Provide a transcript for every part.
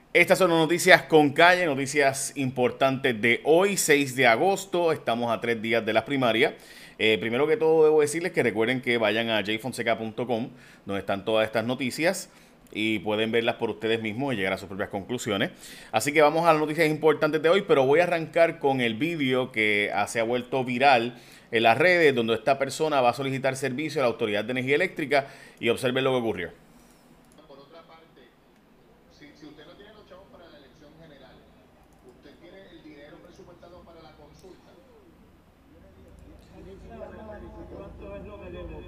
Estas son las noticias con calle, noticias importantes de hoy, 6 de agosto. Estamos a 3 días de las primarias. Primero que todo, debo decirles que recuerden que vayan a jfonseca.com, donde están todas estas noticias y pueden verlas por ustedes mismos y llegar a sus propias conclusiones. Así que vamos a las noticias importantes de hoy, pero voy a arrancar con el vídeo que se ha vuelto viral en las redes, donde esta persona va a solicitar servicio a la Autoridad de Energía Eléctrica y observen lo que ocurrió. Por otra parte, si usted no tiene los chavos para la elección general, usted tiene el dinero presupuestado para la consulta. ¿Cuánto es lo que debo?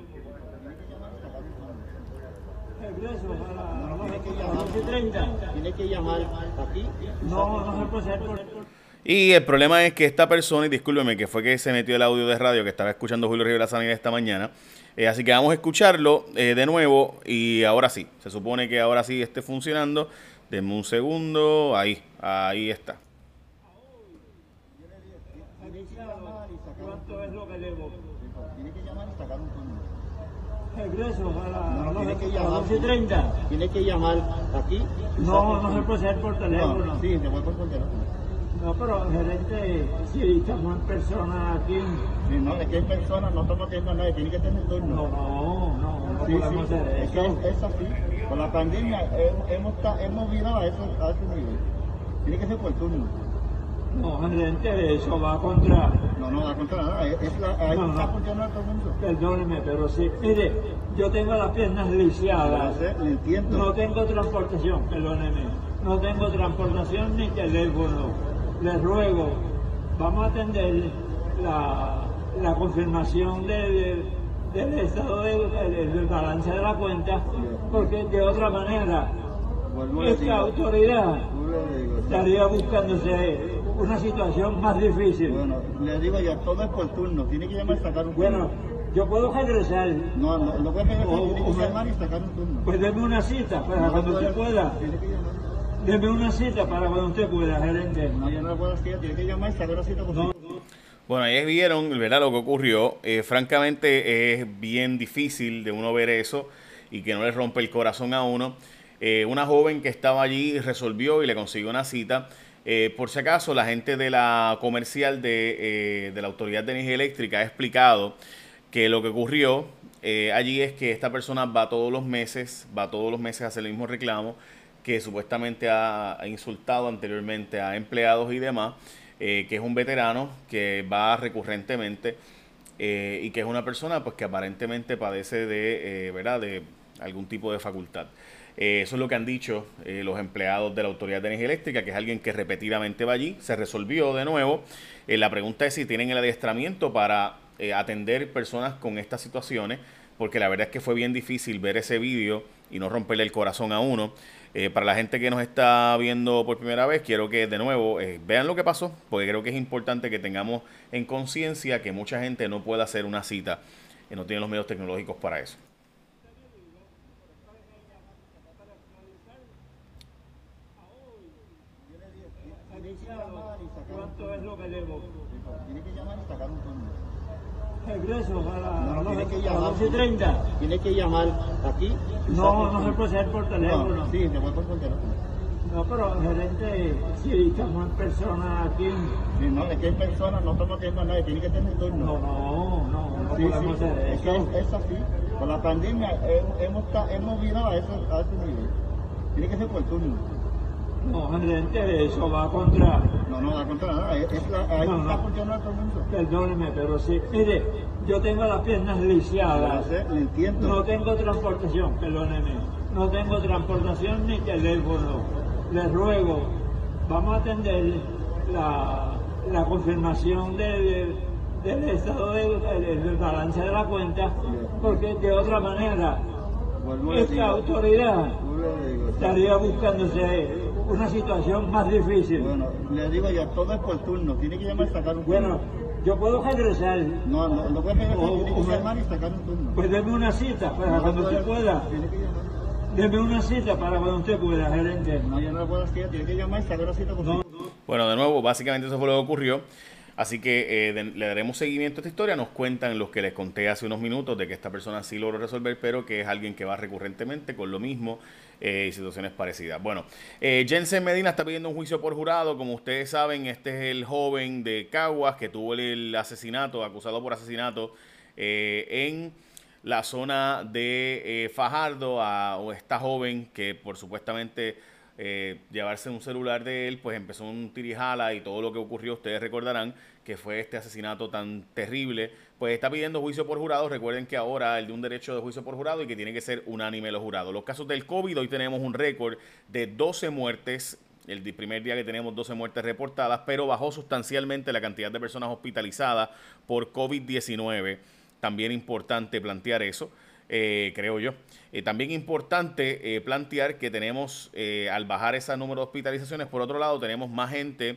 Regreso a las 11:30. Tiene que llamar aquí. No se puede hacer por... Y el problema es que esta persona, y discúlpeme que fue que se metió el audio de radio que estaba escuchando Julio Rivera Sanidad esta mañana, así que vamos a escucharlo de nuevo y ahora sí, se supone que ahora sí esté funcionando. Denme un segundo, ahí está. ¿Cuánto es lo que debo? Tiene que llamar y sacar un turno. Regreso Tiene que a llamar. las 11:30. Tiene que llamar aquí. No se puede hacer por teléfono. Sí, se puede por teléfono. No, pero gerente, si estamos en persona aquí, Sí, no, es que hay personas, no estamos teniendo a nadie, tiene que tener turno. no Sí, podemos sí, hacer es que eso. es así. Con la pandemia hemos virado a ese nivel. Tiene que ser por turno. No, gerente, eso va contra... No da contra nada. Ahí No. está funcionando todo el mundo. Perdóneme, pero sí. Mire, yo tengo las piernas lisiadas. Le entiendo. No tengo transportación, perdóneme. No tengo transportación ni teléfono. Les ruego, vamos a atender la confirmación del estado del balance de la cuenta, porque de otra manera Vuelvo a decir. esta autoridad Vuelvo a decir. estaría buscándose una situación más difícil. Bueno, le digo yo, todo es por turno. Tiene que llamar y sacar un turno. Bueno, yo puedo regresar. No puede regresar, tiene que o- llamar y sacar un turno. Pues deme una cita para cuando usted pueda. Tiene que llamar. Deme una cita para cuando usted pueda, gerente. No, yo no le puedo decir, tiene que llamar y sacar una cita con No, Bueno, ahí vieron, ¿verdad?, lo que ocurrió. Francamente es bien difícil de uno ver eso y que no le rompe el corazón a uno. Una joven que estaba allí resolvió y le consiguió una cita. Por si acaso, la gente de la comercial de la Autoridad de Energía Eléctrica ha explicado que lo que ocurrió allí es que esta persona va todos los meses a hacer el mismo reclamo, que supuestamente ha insultado anteriormente a empleados y demás, que es un veterano que va recurrentemente y que es una persona pues que aparentemente padece de, ¿verdad?, de algún tipo de facultad. Eso es lo que han dicho los empleados de la Autoridad de Energía Eléctrica, que es alguien que repetidamente va allí. Se resolvió de nuevo. La pregunta es si tienen el adiestramiento para atender personas con estas situaciones, porque la verdad es que fue bien difícil ver ese vídeo y no romperle el corazón a uno. Para la gente que nos está viendo por primera vez, quiero que de nuevo vean lo que pasó, porque creo que es importante que tengamos en conciencia que mucha gente no puede hacer una cita y no tiene los medios tecnológicos para eso. ¿cuánto es lo que debo? Tiene que llamar y sacar un turno. Regreso a Tiene que las llamar. 11:30. Tiene que llamar aquí. No se puede hacer por teléfono. Sí, se puede por teléfono. No, pero gerente, si estamos en persona aquí, Sí, no, es que hay personas, no estamos teniendo a nadie, tiene que tener turno. no Sí, podemos sí, hacer es que eso. es así. Con la pandemia hemos virado a ese nivel. Tiene que ser por turno. No, gerente, eso va contra... No da contra nada. Ahí No. está funcionando todo el mundo. Perdóneme, pero sí. Mire, yo tengo las piernas lisiadas. Le entiendo. No tengo transportación, perdóneme. No tengo transportación ni teléfono. Les ruego, vamos a atender la confirmación del estado del balance de la cuenta, porque de otra manera Vuelvo a decir. esta autoridad Vuelvo a decir. estaría buscándose una situación más difícil. Bueno, le digo yo, todo es por turno. Tiene que llamar y sacar un turno. Bueno, yo puedo regresar. No puede regresar, tiene que o- llamar y sacar un turno. Pues deme una cita para cuando usted pueda. Tiene que llamar. Deme una cita para cuando usted pueda, gerente. No, yo no le puedo decir, tiene que llamar y sacar una cita con No. Bueno, de nuevo, básicamente eso fue lo que ocurrió. Así que le daremos seguimiento a esta historia. Nos cuentan los que les conté hace unos minutos de que esta persona sí logró resolver, pero que es alguien que va recurrentemente con lo mismo y situaciones parecidas. Bueno, Jensen Medina está pidiendo un juicio por jurado. Como ustedes saben, este es el joven de Caguas que tuvo el asesinato, acusado por asesinato en la zona de Fajardo, o esta joven que por supuestamente llevarse un celular de él, pues empezó un tirijala y todo lo que ocurrió, ustedes recordarán que fue este asesinato tan terrible, pues está pidiendo juicio por jurado. Recuerden que ahora el de un derecho de juicio por jurado y que tiene que ser unánime los jurados. Los casos del COVID, hoy tenemos un récord de 12 muertes, el primer día que tenemos 12 muertes reportadas, pero bajó sustancialmente la cantidad de personas hospitalizadas por COVID-19. También importante plantear eso, creo yo. También importante plantear que tenemos, al bajar ese número de hospitalizaciones, por otro lado, tenemos más gente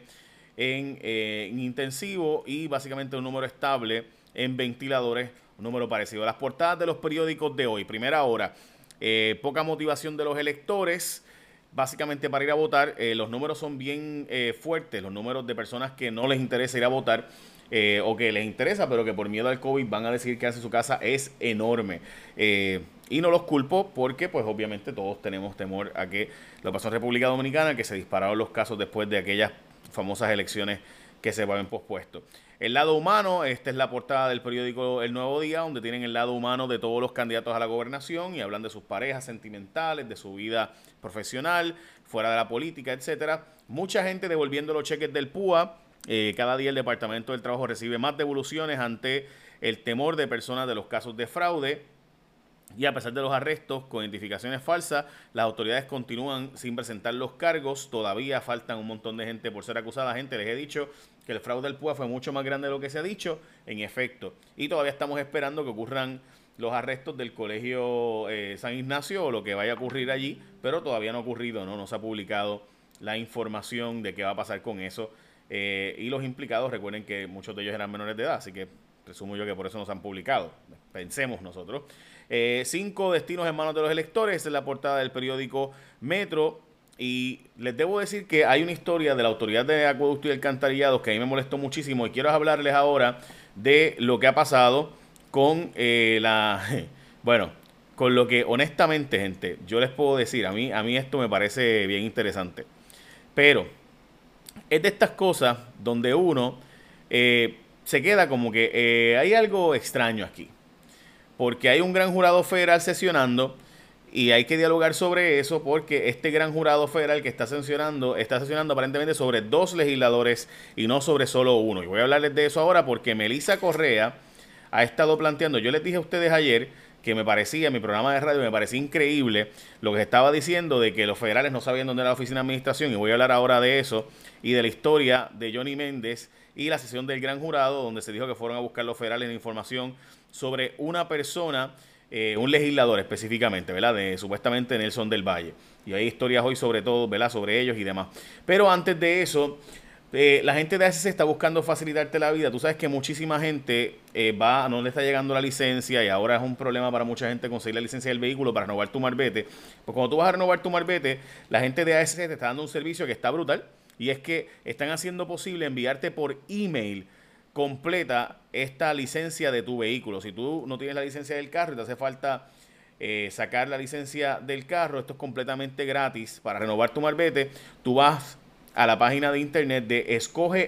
en intensivo y básicamente un número estable en ventiladores, un número parecido. A las portadas de los periódicos de hoy, primera hora, poca motivación de los electores, básicamente para ir a votar. Los números son bien fuertes, los números de personas que no les interesa ir a votar, o que les interesa, pero que por miedo al COVID van a decidir quedarse en su casa, es enorme. Y no los culpo porque, pues obviamente todos tenemos temor a que lo pasó en República Dominicana, que se dispararon los casos después de aquellas famosas elecciones que se habían pospuesto. El lado humano, esta es la portada del periódico El Nuevo Día, donde tienen el lado humano de todos los candidatos a la gobernación y hablan de sus parejas sentimentales, de su vida profesional, fuera de la política, etcétera. Mucha gente devolviendo los cheques del PUA. Cada día el Departamento del Trabajo recibe más devoluciones ante el temor de personas de los casos de fraude. Y a pesar de los arrestos con identificaciones falsas, las autoridades continúan sin presentar los cargos. Todavía faltan un montón de gente por ser acusada. Gente, les he dicho que el fraude del PUA fue mucho más grande de lo que se ha dicho, en efecto. Y todavía estamos esperando que ocurran los arrestos del Colegio San Ignacio o lo que vaya a ocurrir allí, pero todavía no ha ocurrido, no se ha publicado la información de qué va a pasar con eso. Y los implicados, recuerden que muchos de ellos eran menores de edad, así que presumo yo que por eso no se han publicado. Pensemos nosotros. 5 destinos en manos de los electores, esa es la portada del periódico Metro. Y les debo decir que hay una historia de la Autoridad de Acueducto y Alcantarillados que a mí me molestó muchísimo, y quiero hablarles ahora de lo que ha pasado con bueno, con lo que honestamente, gente, yo les puedo decir, a mí esto me parece bien interesante, pero es de estas cosas donde uno se queda como que hay algo extraño aquí, porque hay un gran jurado federal sesionando y hay que dialogar sobre eso, porque este gran jurado federal que está sesionando aparentemente sobre 2 legisladores y no sobre solo uno. Y voy a hablarles de eso ahora porque Melissa Correa ha estado planteando, yo les dije a ustedes ayer que me parecía, en mi programa de radio, me parecía increíble lo que estaba diciendo de que los federales no sabían dónde era la oficina de administración, y voy a hablar ahora de eso y de la historia de Johnny Méndez y la sesión del gran jurado, donde se dijo que fueron a buscar los federales la información sobre una persona, un legislador específicamente, ¿verdad? De supuestamente Nelson del Valle. Y hay historias hoy sobre todo, ¿verdad? Sobre ellos y demás. Pero antes de eso, la gente de ASC está buscando facilitarte la vida. Tú sabes que muchísima gente no le está llegando la licencia, y ahora es un problema para mucha gente conseguir la licencia del vehículo para renovar tu marbete. Pues cuando tú vas a renovar tu marbete, la gente de ASC te está dando un servicio que está brutal, y es que están haciendo posible enviarte por email completa esta licencia de tu vehículo. Si tú no tienes la licencia del carro y te hace falta sacar la licencia del carro, esto es completamente gratis. Para renovar tu marbete, tú vas a la página de internet de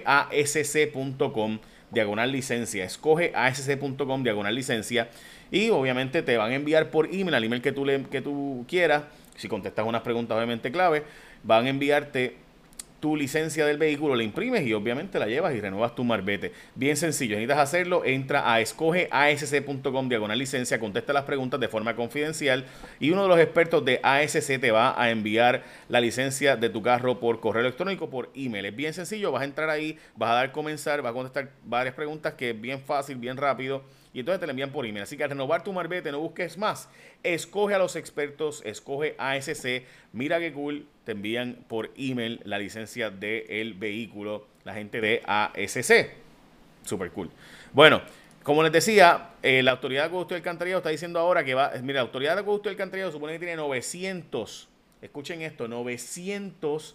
escogeasc.com/licencia, escogeasc.com/licencia, y obviamente te van a enviar por email, al email que tú quieras. Si contestas unas preguntas obviamente clave, van a enviarte tu licencia del vehículo, la imprimes y obviamente la llevas y renuevas tu marbete. Bien sencillo, necesitas hacerlo, entra a escogeasc.com/licencia, contesta las preguntas de forma confidencial y uno de los expertos de ASC te va a enviar la licencia de tu carro por correo electrónico, por email. Es bien sencillo, vas a entrar ahí, vas a dar comenzar, vas a contestar varias preguntas que es bien fácil, bien rápido, y entonces te la envían por email. Así que al renovar tu marbete, no busques más, escoge a los expertos, escoge ASC, mira qué cool, te envían por email la licencia del vehículo, la gente de ASC. Super cool. Bueno, como les decía, la Autoridad de Acueducto y Alcantarillado está diciendo ahora que mira, la Autoridad de Acueducto y Alcantarillado supone que tiene 900, escuchen esto, 900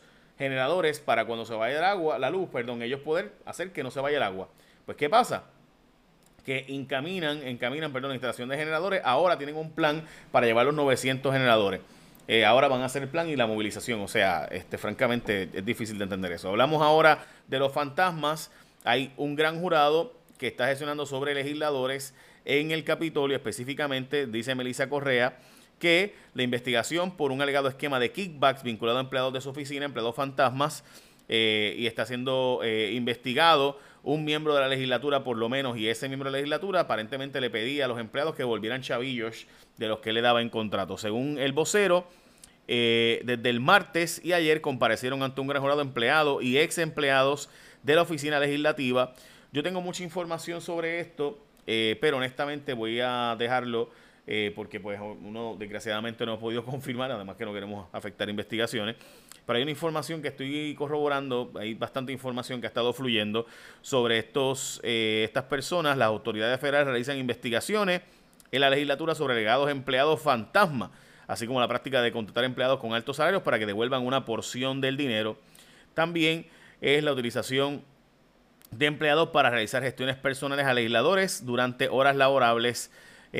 generadores para cuando se vaya el agua, la luz, perdón, ellos poder hacer que no se vaya el agua. Pues, ¿qué pasa? Que encaminan, la instalación de generadores. Ahora tienen un plan para llevar los 900 generadores. Ahora van a hacer el plan y la movilización. O sea, francamente es difícil de entender eso. Hablamos ahora de los fantasmas. Hay un gran jurado que está gestionando sobre legisladores en el Capitolio. Específicamente, dice Melissa Correa, que la investigación por un alegado esquema de kickbacks vinculado a empleados de su oficina, empleados fantasmas, y está siendo investigado un miembro de la legislatura por lo menos, y ese miembro de la legislatura aparentemente le pedía a los empleados que volvieran chavillos de los que le daba en contrato. Según el vocero, desde el martes y ayer comparecieron ante un gran jurado empleado y ex empleados de la oficina legislativa. Yo tengo mucha información sobre esto, pero honestamente voy a dejarlo porque pues uno desgraciadamente no ha podido confirmar, además que no queremos afectar investigaciones. Pero hay una información que estoy corroborando, hay bastante información que ha estado fluyendo sobre estas personas. Las autoridades federales realizan investigaciones en la legislatura sobre alegados empleados fantasma, así como la práctica de contratar empleados con altos salarios para que devuelvan una porción del dinero. También es la utilización de empleados para realizar gestiones personales a legisladores durante horas laborables.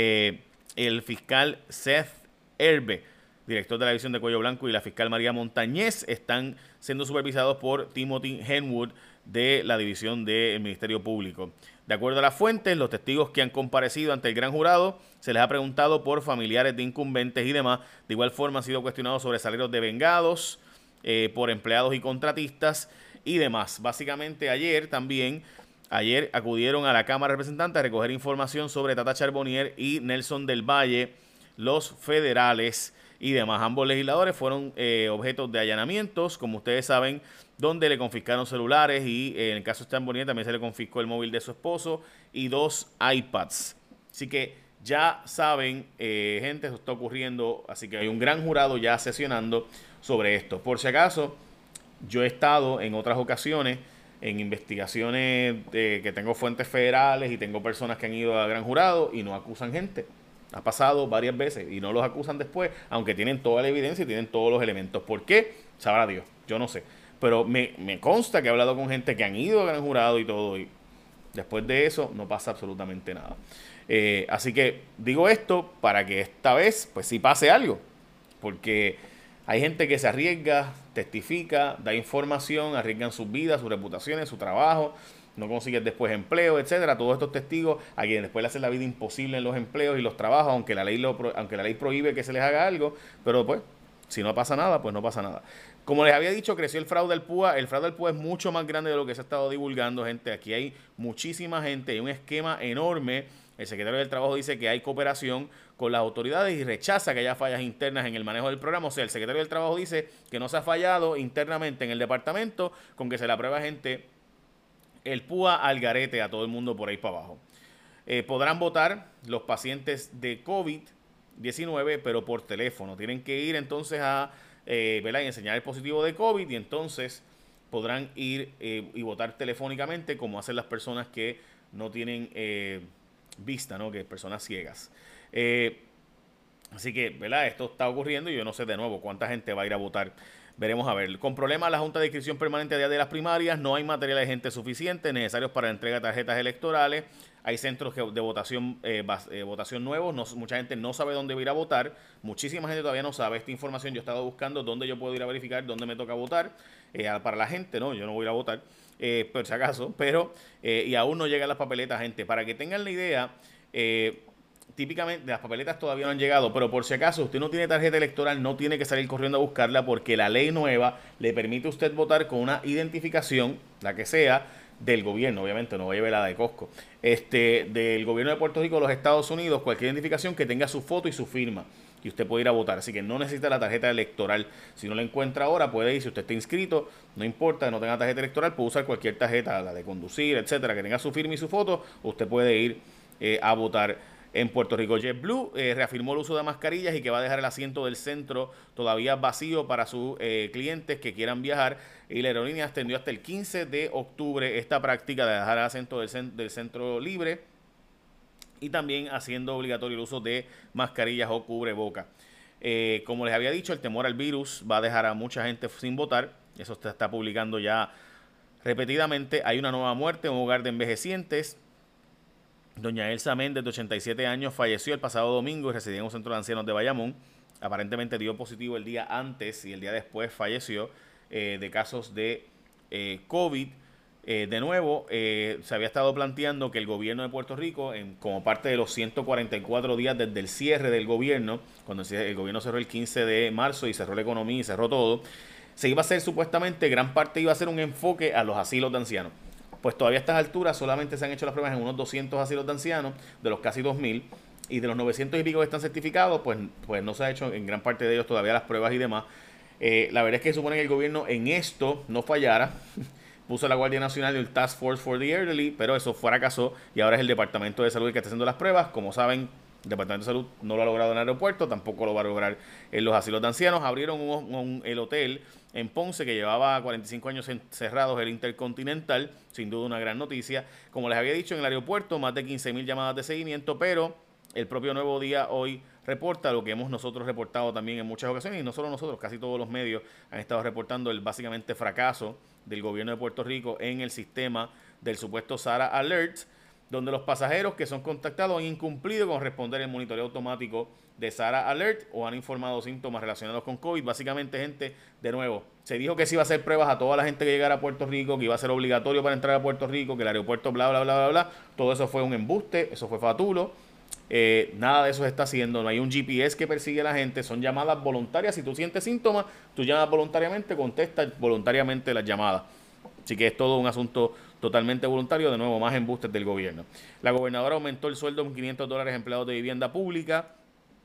El fiscal Seth Herbe, director de la División de Cuello Blanco, y la fiscal María Montañez están siendo supervisados por Timothy Henwood de la División del Ministerio Público. De acuerdo a las fuentes, los testigos que han comparecido ante el gran jurado se les ha preguntado por familiares de incumbentes y demás. De igual forma han sido cuestionados sobre salarios devengados por empleados y contratistas y demás. Básicamente ayer acudieron a la Cámara de Representantes a recoger información sobre Tata Charbonnier y Nelson del Valle, los federales y demás. Ambos legisladores fueron objetos de allanamientos, como ustedes saben, donde le confiscaron celulares y en el caso de Charbonnier también se le confiscó el móvil de su esposo y 2 iPads. Así que ya saben, gente, eso está ocurriendo, así que hay un gran jurado ya sesionando sobre esto. Por si acaso, yo he estado en otras ocasiones en investigaciones que tengo fuentes federales y tengo personas que han ido al gran jurado y no acusan gente. Ha pasado varias veces y no los acusan después, aunque tienen toda la evidencia y tienen todos los elementos. ¿Por qué? Sabrá Dios, yo no sé. Pero me consta que he hablado con gente que han ido al gran jurado y todo, y después de eso no pasa absolutamente nada. Así que digo esto para que esta vez pues sí pase algo, porque hay gente que se arriesga, testifica, da información, arriesgan sus vidas, sus reputaciones, su trabajo, no consiguen después empleo, etcétera. Todos estos testigos a quienes después le hacen la vida imposible en los empleos y los trabajos, aunque la ley prohíbe que se les haga algo, pero pues si no pasa nada, pues no pasa nada. Como les había dicho, creció el fraude al PUA. El fraude al PUA es mucho más grande de lo que se ha estado divulgando, gente. Aquí hay muchísima gente, hay un esquema enorme. El secretario del Trabajo dice que hay cooperación con las autoridades y rechaza que haya fallas internas en el manejo del programa. O sea, el secretario del Trabajo dice que no se ha fallado internamente en el departamento con que se le aprueba, gente, el PUA al garete a todo el mundo por ahí para abajo. Podrán votar los pacientes de COVID-19, pero por teléfono. Tienen que ir entonces a ¿verdad? Y enseñar el positivo de COVID, y entonces podrán ir y votar telefónicamente, como hacen las personas que no tienen vista, ¿no? Que personas ciegas. Así que, ¿verdad? Esto está ocurriendo y yo no sé de nuevo cuánta gente va a ir a votar. Veremos a ver. Con problemas la Junta de Inscripción Permanente a día de las primarias. No hay material de gente suficiente necesarios para la entrega de tarjetas electorales. Hay centros de votación nuevos. Mucha gente no sabe dónde ir a votar. Muchísima gente todavía no sabe esta información. Yo he estado buscando dónde yo puedo ir a verificar dónde me toca votar. Para la gente, no, yo no voy a ir a votar, por si acaso. Pero, y aún no llegan las papeletas, gente. Para que tengan la idea, típicamente las papeletas todavía no han llegado, pero por si acaso usted no tiene tarjeta electoral, no tiene que salir corriendo a buscarla, porque la ley nueva le permite a usted votar con una identificación, la que sea, del gobierno. Obviamente no lleve la de Costco, del gobierno de Puerto Rico, los Estados Unidos, cualquier identificación que tenga su foto y su firma, y usted puede ir a votar. Así que no necesita la tarjeta electoral. Si no la encuentra ahora, puede ir. Si usted está inscrito, no importa que no tenga tarjeta electoral, puede usar cualquier tarjeta, la de conducir, etcétera, que tenga su firma y su foto. Usted puede ir a votar en Puerto Rico. JetBlue reafirmó el uso de mascarillas y que va a dejar el asiento del centro todavía vacío para sus clientes que quieran viajar, y la aerolínea extendió hasta el 15 de octubre esta práctica de dejar el asiento del centro libre, y también haciendo obligatorio el uso de mascarillas o cubreboca. Como les había dicho, el temor al virus va a dejar a mucha gente sin votar. Eso se está publicando ya repetidamente. Hay una nueva muerte en un hogar de envejecientes. Doña Elsa Méndez, de 87 años, falleció el pasado domingo y residía en un centro de ancianos de Bayamón. Aparentemente dio positivo el día antes y el día después falleció de casos de COVID. De nuevo, se había estado planteando que el gobierno de Puerto Rico, como parte de los 144 días desde el cierre del gobierno, cuando el gobierno cerró el 15 de marzo y cerró la economía y cerró todo, se iba a hacer supuestamente, gran parte iba a ser un enfoque a los asilos de ancianos. Pues todavía a estas alturas solamente se han hecho las pruebas en unos 200 asilos de ancianos, de los casi 2000, y de los 900 y pico que están certificados, pues no se ha hecho en gran parte de ellos todavía las pruebas y demás. La verdad es que supone que el gobierno en esto no fallara. Puso la Guardia Nacional y el Task Force for the Elderly, pero eso fracasó y ahora es el Departamento de Salud el que está haciendo las pruebas. Como saben, el Departamento de Salud no lo ha logrado en el aeropuerto, tampoco lo va a lograr en los asilos de ancianos. Abrieron el hotel en Ponce que llevaba 45 años cerrados, el Intercontinental, sin duda una gran noticia. Como les había dicho, en el aeropuerto más de 15,000 llamadas de seguimiento, pero el propio Nuevo Día hoy reporta lo que hemos nosotros reportado también en muchas ocasiones, y no solo nosotros, casi todos los medios han estado reportando el básicamente fracaso del gobierno de Puerto Rico en el sistema del supuesto SARA Alert, donde los pasajeros que son contactados han incumplido con responder el monitoreo automático de SARA Alert o han informado síntomas relacionados con COVID. Básicamente, gente, de nuevo, se dijo que se iba a hacer pruebas a toda la gente que llegara a Puerto Rico, que iba a ser obligatorio para entrar a Puerto Rico, que el aeropuerto bla, bla, bla, bla, bla. Todo eso fue un embuste, eso fue fatulo. Nada de eso se está haciendo, no hay un GPS que persigue a la gente, son llamadas voluntarias. Si tú sientes síntomas, tú llamas voluntariamente, contestas voluntariamente las llamadas. Así que es todo un asunto totalmente voluntario, de nuevo, más embustes del gobierno. La gobernadora aumentó el sueldo en $500 a empleados de vivienda pública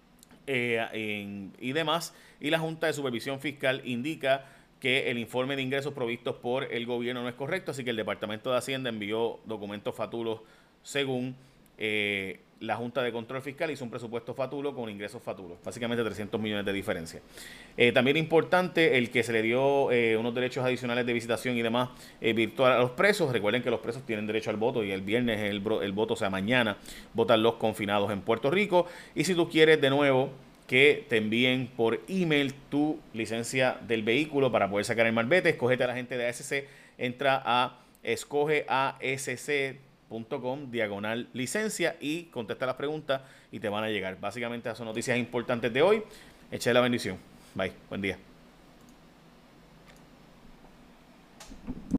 y demás, y la Junta de Supervisión Fiscal indica que el informe de ingresos provistos por el gobierno no es correcto, así que el Departamento de Hacienda envió documentos fatulos según la Junta de Control Fiscal. Hizo un presupuesto fatulo con ingresos fatulos, básicamente 300 millones de diferencia. También importante el que se le dio unos derechos adicionales de visitación y demás virtual a los presos. Recuerden que los presos tienen derecho al voto y el viernes el voto, o sea, mañana votan los confinados en Puerto Rico. Y si tú quieres de nuevo que te envíen por email tu licencia del vehículo para poder sacar el marbete, escógete a la gente de ASC, entra a escogeasc.com/licencia y contesta las preguntas y te van a llegar. Básicamente esas son noticias importantes de hoy. Eché la bendición. Bye. Buen día.